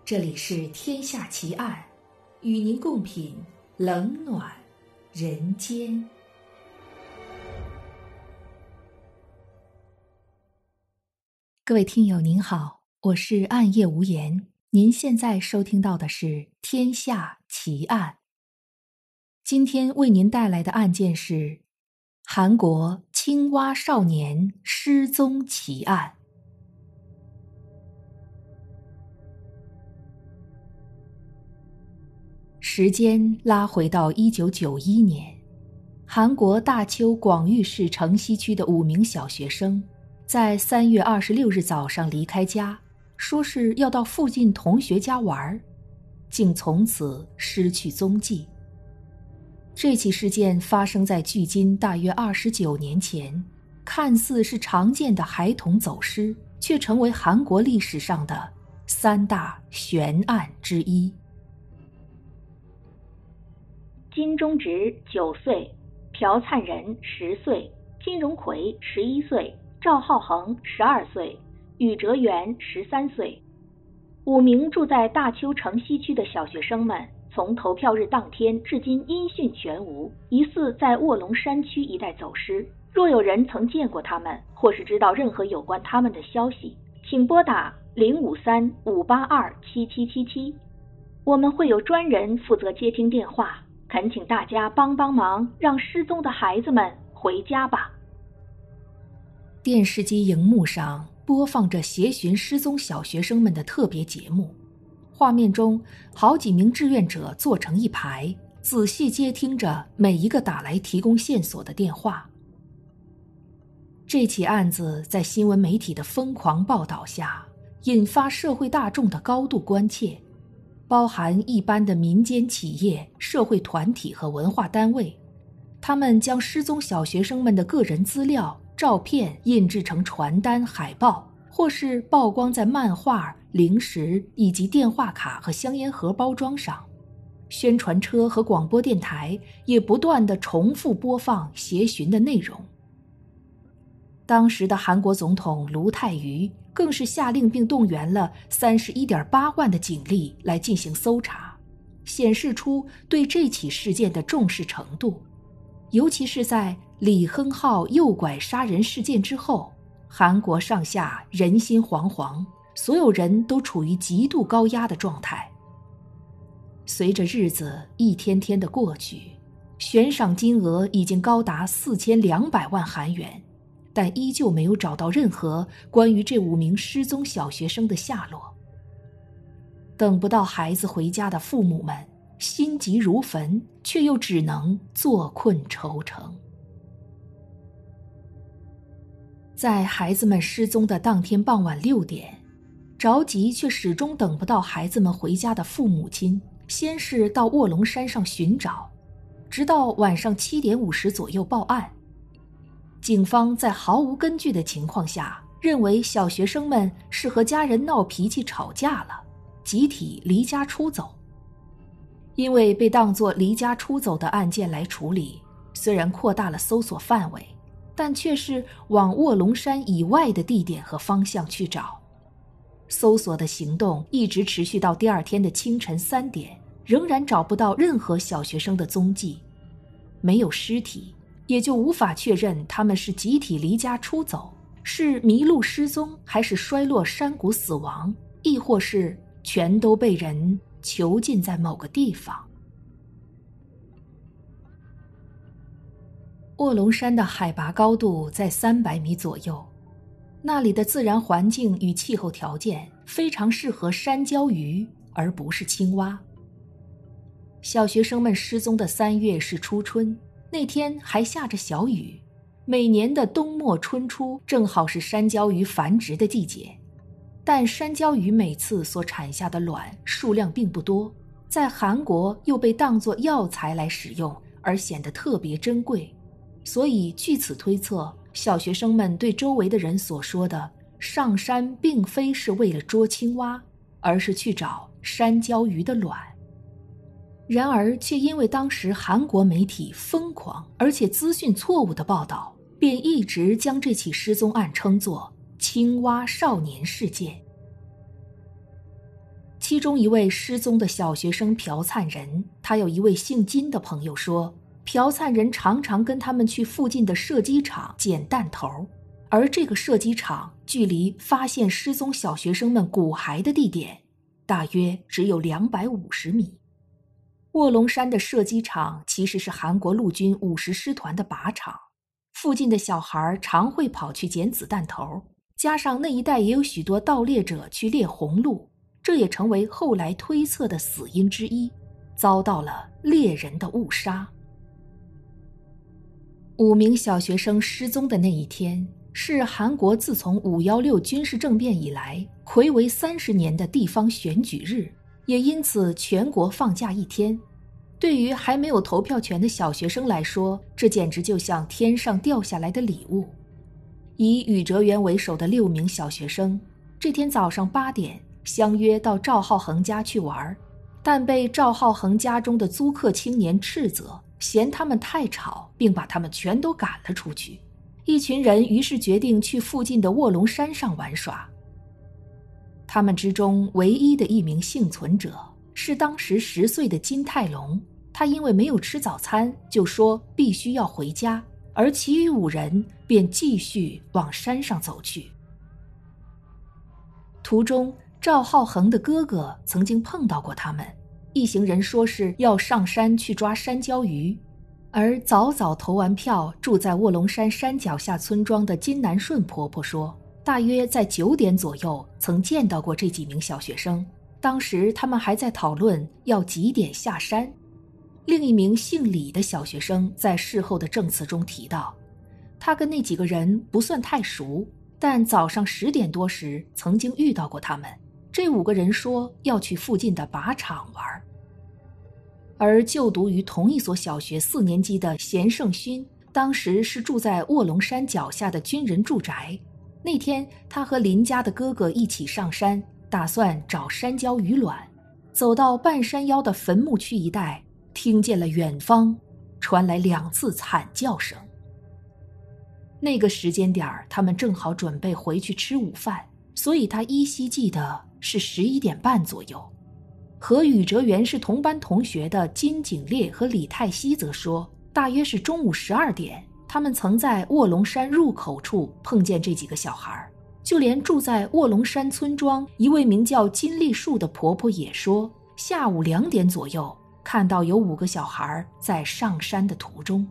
这里是天下奇案，与您共品冷暖人间。各位听友您好，我是暗夜无言，您现在收听到的是天下奇案。今天为您带来的案件是韩国青蛙少年失踪奇案。时间拉回到1991年，韩国大邱广域市城西区的5名小学生在3月26日早上离开家，说是要到附近同学家玩，竟从此失去踪迹。这起事件发生在距今大约29年前，看似是常见的孩童走失，却成为韩国历史上的3大悬案之一。 金钟植9岁，朴灿仁10岁，金荣奎11岁，赵浩恒12岁，宇哲元13岁。5名住在大邱城西区的小学生们，从投票日当天至今音讯全无，疑似在卧龙山区一带走失。若有人曾见过他们，或是知道任何有关他们的消息，请拨打053-582-7777，我们会有专人负责接听电话。恳请大家帮忙，让失踪的孩子们回家吧。 电视机荧幕上播放着协寻失踪小学生们的特别节目，画面中好几名志愿者坐成一排，仔细接听着每一个打来提供线索的电话。这起案子在新闻媒体的疯狂报道下，引发社会大众的高度关切，包含一般的民间企业、社会团体和文化单位，他们将失踪小学生们的个人资料、照片印制成传单、海报，或是曝光在漫画、零食以及电话卡和香烟盒包装上。宣传车和广播电台也不断地重复播放协寻的内容。当时的韩国总统卢泰愚更是下令并动员了31.8万的警力来进行搜查，显示出对这起事件的重视程度。尤其是在李亨浩诱拐杀人事件之后，韩国上下人心惶惶，所有人都处于极度高压的状态。随着日子一天天的过去，悬赏金额已经高达4200万韩元，但依旧没有找到任何关于这5名失踪小学生的下落。等不到孩子回家的父母们心急如焚，却又只能坐困愁城。在孩子们失踪的当天傍晚6点，着急却始终等不到孩子们回家的父母亲，先是到卧龙山上寻找，直到晚上7点50左右报案。警方在毫无根据的情况下，认为小学生们是和家人闹脾气吵架了，集体离家出走。因为被当作离家出走的案件来处理，虽然扩大了搜索范围，但却是往卧龙山以外的地点和方向去找。搜索的行动一直持续到第2天的清晨3点，仍然找不到任何小学生的踪迹。没有尸体，也就无法确认他们是集体离家出走，是迷路失踪，还是摔落山谷死亡，亦或是全都被人囚禁在某个地方。卧龙山的海拔高度在300米左右，那里的自然环境与气候条件非常适合山椒鱼，而不是青蛙。小学生们失踪的3月是初春，那天还下着小雨。每年的冬末春初正好是山椒鱼繁殖的季节，但山椒鱼每次所产下的卵数量并不多，在韩国又被当作药材来使用，而显得特别珍贵。所以据此推测，小学生们对周围的人所说的上山并非是为了捉青蛙，而是去找山椒鱼的卵。然而却因为当时韩国媒体疯狂而且资讯错误的报道，便一直将这起失踪案称作青蛙少年事件。 其中一位失踪的小学生朴灿仁，他有一位姓金的朋友说，朴灿仁常常跟他们去附近的射击场捡弹头，而这个射击场距离发现失踪小学生们骨骸的地点大约只有250米。卧龙山的射击场其实是韩国陆军50师团的靶场，附近的小孩常会跑去捡子弹头，加上那一带也有许多盗猎者去猎红鹿，这也成为后来推测的死因之一，遭到了猎人的误杀。5名小学生失踪的那一天，是韩国自从516军事政变以来睽违30年的地方选举日，也因此全国放假一天。对于还没有投票权的小学生来说，这简直就像天上掉下来的礼物。以宇哲元为首的6名小学生，这天早上8点相约到赵浩恒家去玩，但被赵浩恒家中的租客青年斥责，嫌他们太吵，并把他们全都赶了出去。一群人于是决定去附近的卧龙山上玩耍。他们之中唯一的一名幸存者是当时10岁的金泰龙，他因为没有吃早餐，就说必须要回家，而其余5人便继续往山上走去。途中，赵浩恒的哥哥曾经碰到过他们，一行人说是要上山去抓山椒鱼，而早早投完票住在卧龙山山脚下村庄的金南顺婆婆说，大约在9点左右曾见到过这几名小学生，当时他们还在讨论要几点下山。另一名姓李的小学生在事后的证词中提到，他跟那几个人不算太熟，但早上10点多时曾经遇到过他们。这5个人说要去附近的靶场玩。而就读于同一所小学4年级的贤胜勋，当时是住在卧龙山脚下的军人住宅。那天他和邻家的哥哥一起上山，打算找山椒鱼卵。走到半山腰的坟墓区一带，听见了远方传来2次惨叫声。那个时间点他们正好准备回去吃午饭，所以他依稀记得是11点半左右。和宇哲元是同班同学的金景烈和李泰熙则说，大约是中午12点，他们曾在卧龙山入口处碰见这几个小孩。就连住在卧龙山村庄一位名叫金丽树的婆婆也说，下午2点左右看到有5个小孩在上山的途中。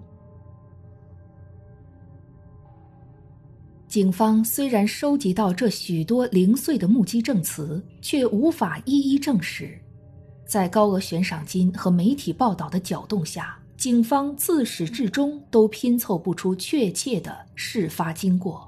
警方虽然收集到这许多零碎的目击证词，却无法一一证实。在高额悬赏金和媒体报道的搅动下，警方自始至终都拼凑不出确切的事发经过。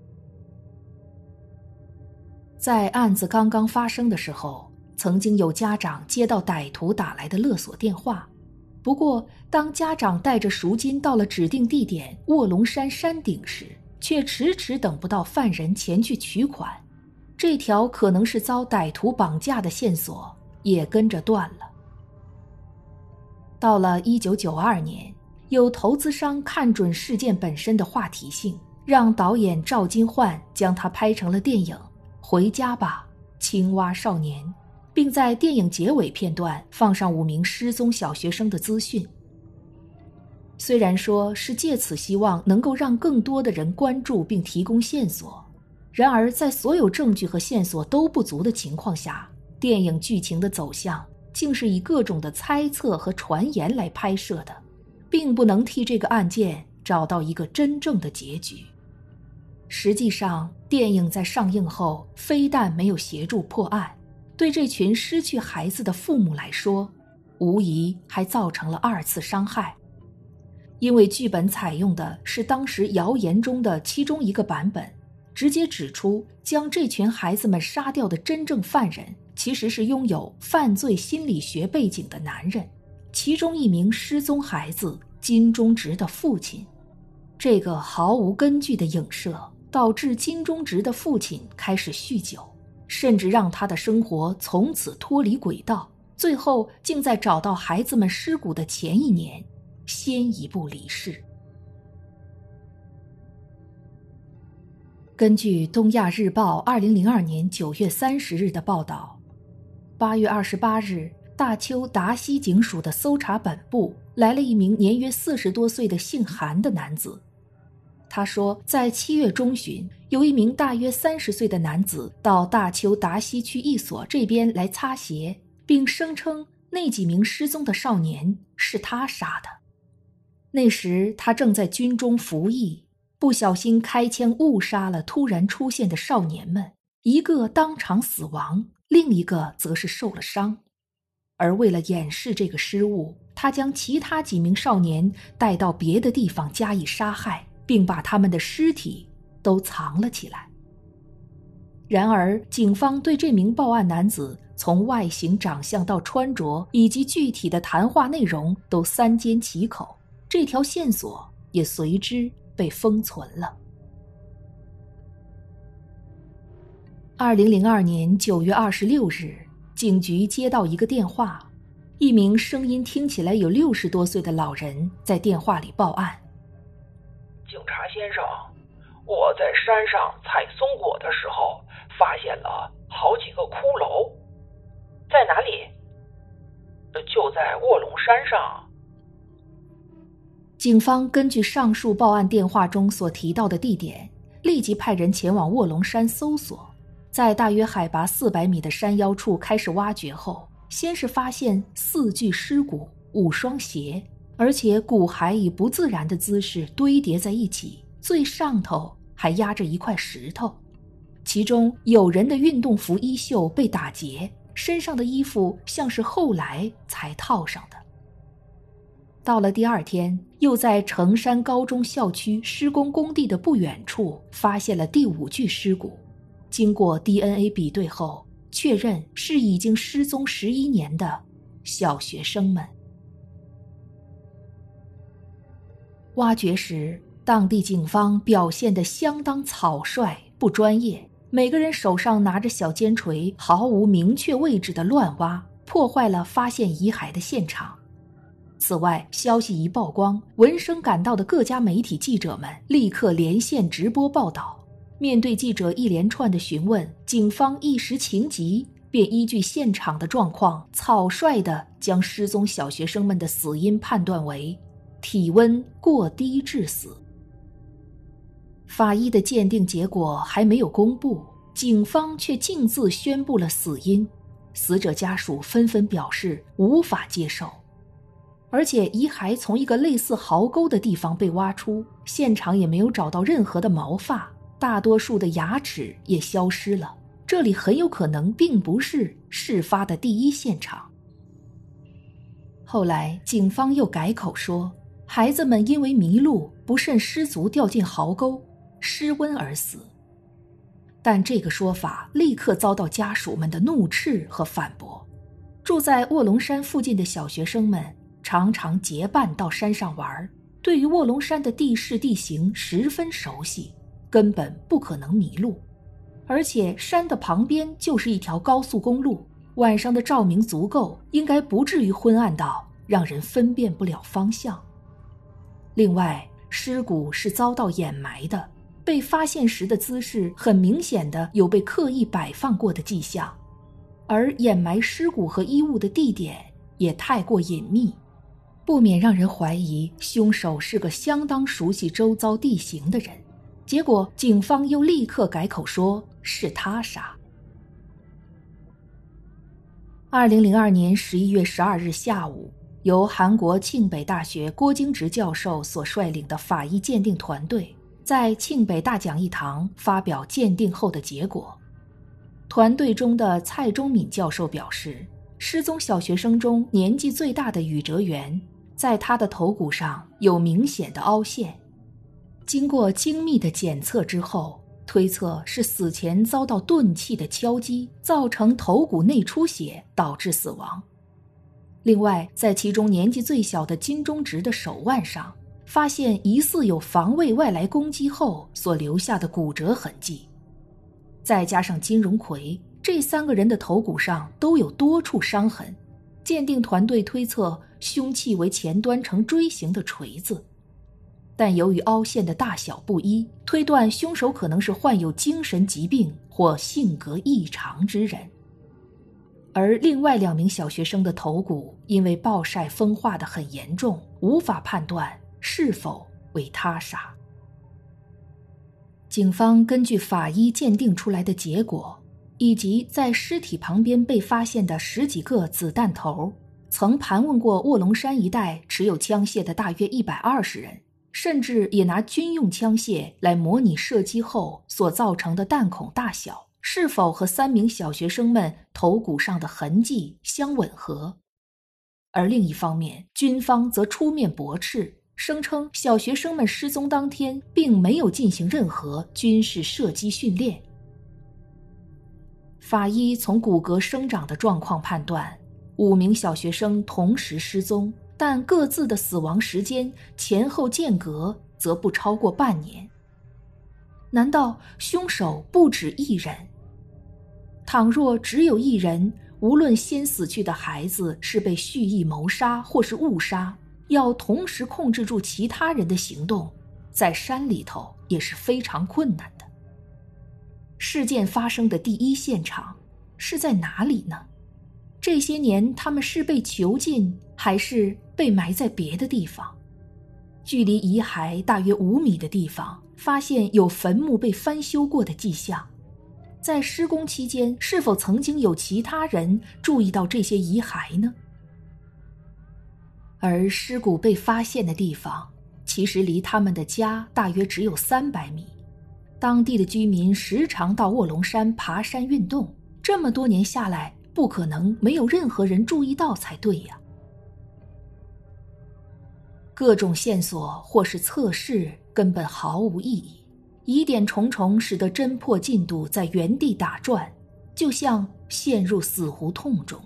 在案子刚刚发生的时候，曾经有家长接到歹徒打来的勒索电话。不过，当家长带着赎金到了指定地点卧龙山山顶时，却迟迟等不到犯人前去取款。这条可能是遭歹徒绑架的线索也跟着断了。到了1992年，有投资商看准事件本身的话题性，让导演赵金焕将它拍成了电影《回家吧，青蛙少年》，并在电影结尾片段放上5名失踪小学生的资讯。虽然说是借此希望能够让更多的人关注并提供线索，然而在所有证据和线索都不足的情况下，电影剧情的走向竟是以各种的猜测和传言来拍摄的，并不能替这个案件找到一个真正的结局。实际上，电影在上映后非但没有协助破案，对这群失去孩子的父母来说，无疑还造成了2次伤害。因为剧本采用的是当时谣言中的其中一个版本，直接指出将这群孩子们杀掉的真正犯人其实是拥有犯罪心理学背景的男人，其中一名失踪孩子金钟植的父亲。这个毫无根据的影射导致金钟植的父亲开始酗酒，甚至让他的生活从此脱离轨道，最后竟在找到孩子们尸骨的前1年先一步离世。根据《东亚日报》2002年9月30日的报道， 8月28日，大邱达西警署的搜查本部来了一名年约40多岁的姓韩的男子。他说，在7月中旬，有一名大约30岁的男子到大邱达西区一所这边来擦鞋，并声称那几名失踪的少年是他杀的。那时他正在军中服役，不小心开枪误杀了突然出现的少年们，一个当场死亡，另一个则是受了伤。而为了掩饰这个失误，他将其他几名少年带到别的地方加以杀害，并把他们的尸体都藏了起来。然而，警方对这名报案男子从外形、长相到穿着以及具体的谈话内容都三缄其口，这条线索也随之被封存了。2002年9月26日，警局接到一个电话，一名声音听起来有60多岁的老人在电话里报案。 警察先生，我在山上采松果的时候，发现了好几个骷髅。在哪里？就在卧龙山上。 警方根据上述报案电话中所提到的地点，立即派人前往卧龙山搜索。在大约海拔400米的山腰处开始挖掘后，先是发现4具尸骨、5双鞋，而且骨骸以不自然的姿势堆叠在一起，最上头还压着一块石头。其中有人的运动服衣袖被打结，身上的衣服像是后来才套上的。到了第二天，又在城山高中校区施工工地的不远处发现了第5具尸骨，经过 DNA 比对后，确认是已经失踪11年的小学生们。挖掘时，当地警方表现得相当草率不专业，每个人手上拿着小尖锤，毫无明确位置的乱挖，破坏了发现遗骸的现场。此外，消息一曝光，闻声赶到的各家媒体记者们立刻连线直播报道。面对记者一连串的询问，警方一时情急，便依据现场的状况，草率地将失踪小学生们的死因判断为体温过低致死。法医的鉴定结果还没有公布，警方却径自宣布了死因，死者家属纷纷表示无法接受。而且遗骸从一个类似壕沟的地方被挖出，现场也没有找到任何的毛发，大多数的牙齿也消失了，这里很有可能并不是事发的第一现场。后来警方又改口说，孩子们因为迷路不慎失足掉进壕沟，失温而死。但这个说法立刻遭到家属们的怒斥和反驳。住在卧龙山附近的小学生们常常结伴到山上玩，对于卧龙山的地势地形十分熟悉，根本不可能迷路。而且山的旁边就是一条高速公路，晚上的照明足够，应该不至于昏暗到让人分辨不了方向。另外，尸骨是遭到掩埋的，被发现时的姿势很明显的有被刻意摆放过的迹象，而掩埋尸骨和衣物的地点也太过隐秘，不免让人怀疑凶手是个相当熟悉周遭地形的人。结果警方又立刻改口说是他杀。2002年11月12日下午，由韩国庆北大学郭京直教授所率领的法医鉴定团队在庆北大讲义堂发表鉴定后的结果。团队中的蔡忠敏教授表示，失踪小学生中年纪最大的宇哲元，在他的头骨上有明显的凹陷。经过精密的检测之后，推测是死前遭到钝器的敲击，造成头骨内出血导致死亡。另外，在其中年纪最小的金钟直的手腕上，发现疑似有防卫外来攻击后所留下的骨折痕迹。再加上金荣奎，这3个人的头骨上都有多处伤痕，鉴定团队推测凶器为前端呈锥形的锤子。但由于凹陷的大小不一，推断凶手可能是患有精神疾病或性格异常之人。 而另外2名小学生的头骨因为暴晒风化得很严重，无法判断是否为他杀。警方根据法医鉴定出来的结果，以及在尸体旁边被发现的10几个子弹头，曾盘问过卧龙山一带持有枪械的大约120人，甚至也拿军用枪械来模拟射击后所造成的弹孔大小是否和3名小学生们头骨上的痕迹相吻合。而另一方面，军方则出面驳斥，声称小学生们失踪当天并没有进行任何军事射击训练。法医从骨骼生长的状况判断，5名小学生同时失踪，但各自的死亡时间前后间隔则不超过半年。难道凶手不止1人？倘若只有1人，无论先死去的孩子是被蓄意谋杀或是误杀，要同时控制住其他人的行动，在山里头也是非常困难的。事件发生的第一现场是在哪里呢？这些年他们是被囚禁，还是被埋在别的地方？距离遗骸大约5米的地方，发现有坟墓被翻修过的迹象。在施工期间，是否曾经有其他人注意到这些遗骸呢？而尸骨被发现的地方，其实离他们的家大约只有300米。当地的居民时常到卧龙山爬山运动，这么多年下来，不可能没有任何人注意到才对呀。各种线索或是测试根本毫无意义，疑点重重，使得侦破进度在原地打转，就像陷入死胡同中。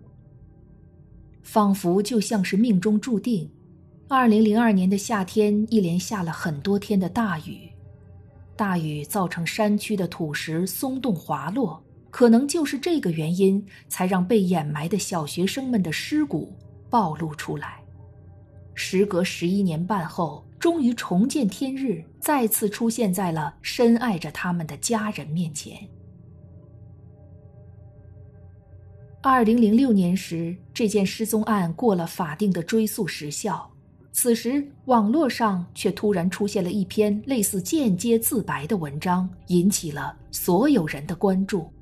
仿佛就像是命中注定。2002年的夏天，一连下了很多天的大雨，大雨造成山区的土石松动滑落，可能就是这个原因，才让被掩埋的小学生们的尸骨暴露出来。时隔11年半后，终于重见天日，再次出现在了深爱着他们的家人面前。2006年时，这件失踪案过了法定的追诉时效，此时网络上却突然出现了一篇类似间接自白的文章，引起了所有人的关注。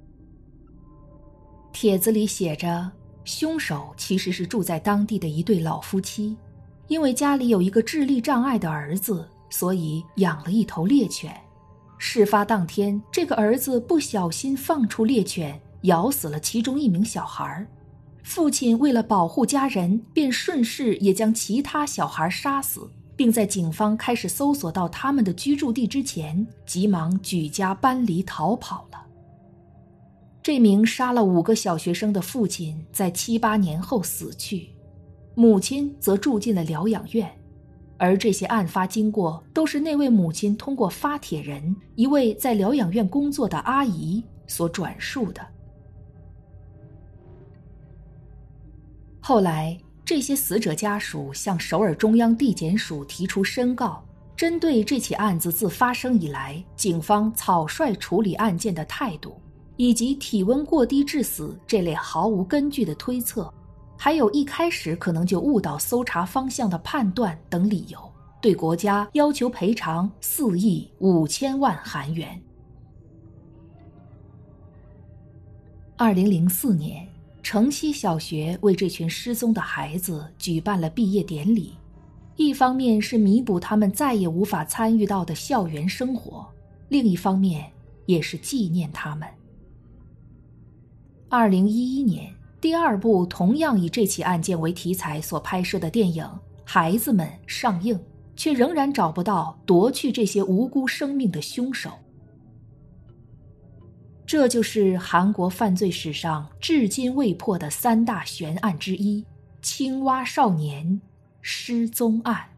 帖子里写着，凶手其实是住在当地的一对老夫妻，因为家里有一个智力障碍的儿子，所以养了一头猎犬。事发当天，这个儿子不小心放出猎犬，咬死了其中1名小孩。父亲为了保护家人，便顺势也将其他小孩杀死，并在警方开始搜索到他们的居住地之前，急忙举家搬离逃跑了。这名杀了5个小学生的父亲在7、8年后死去，母亲则住进了疗养院，而这些案发经过都是那位母亲通过发帖人一位在疗养院工作的阿姨所转述的。后来，这些死者家属向首尔中央地检署提出申告，针对这起案子自发生以来，警方草率处理案件的态度，以及体温过低致死这类毫无根据的推测，还有一开始可能就误导搜查方向的判断等理由，对国家要求赔偿4亿5千万韩元。2004年，城西小学为这群失踪的孩子举办了毕业典礼，一方面是弥补他们再也无法参与到的校园生活，另一方面也是纪念他们。2011年，第2部同样以这起案件为题材所拍摄的电影《孩子们》上映，却仍然找不到夺去这些无辜生命的凶手。这就是韩国犯罪史上至今未破的3大悬案之一——青蛙少年失踪案。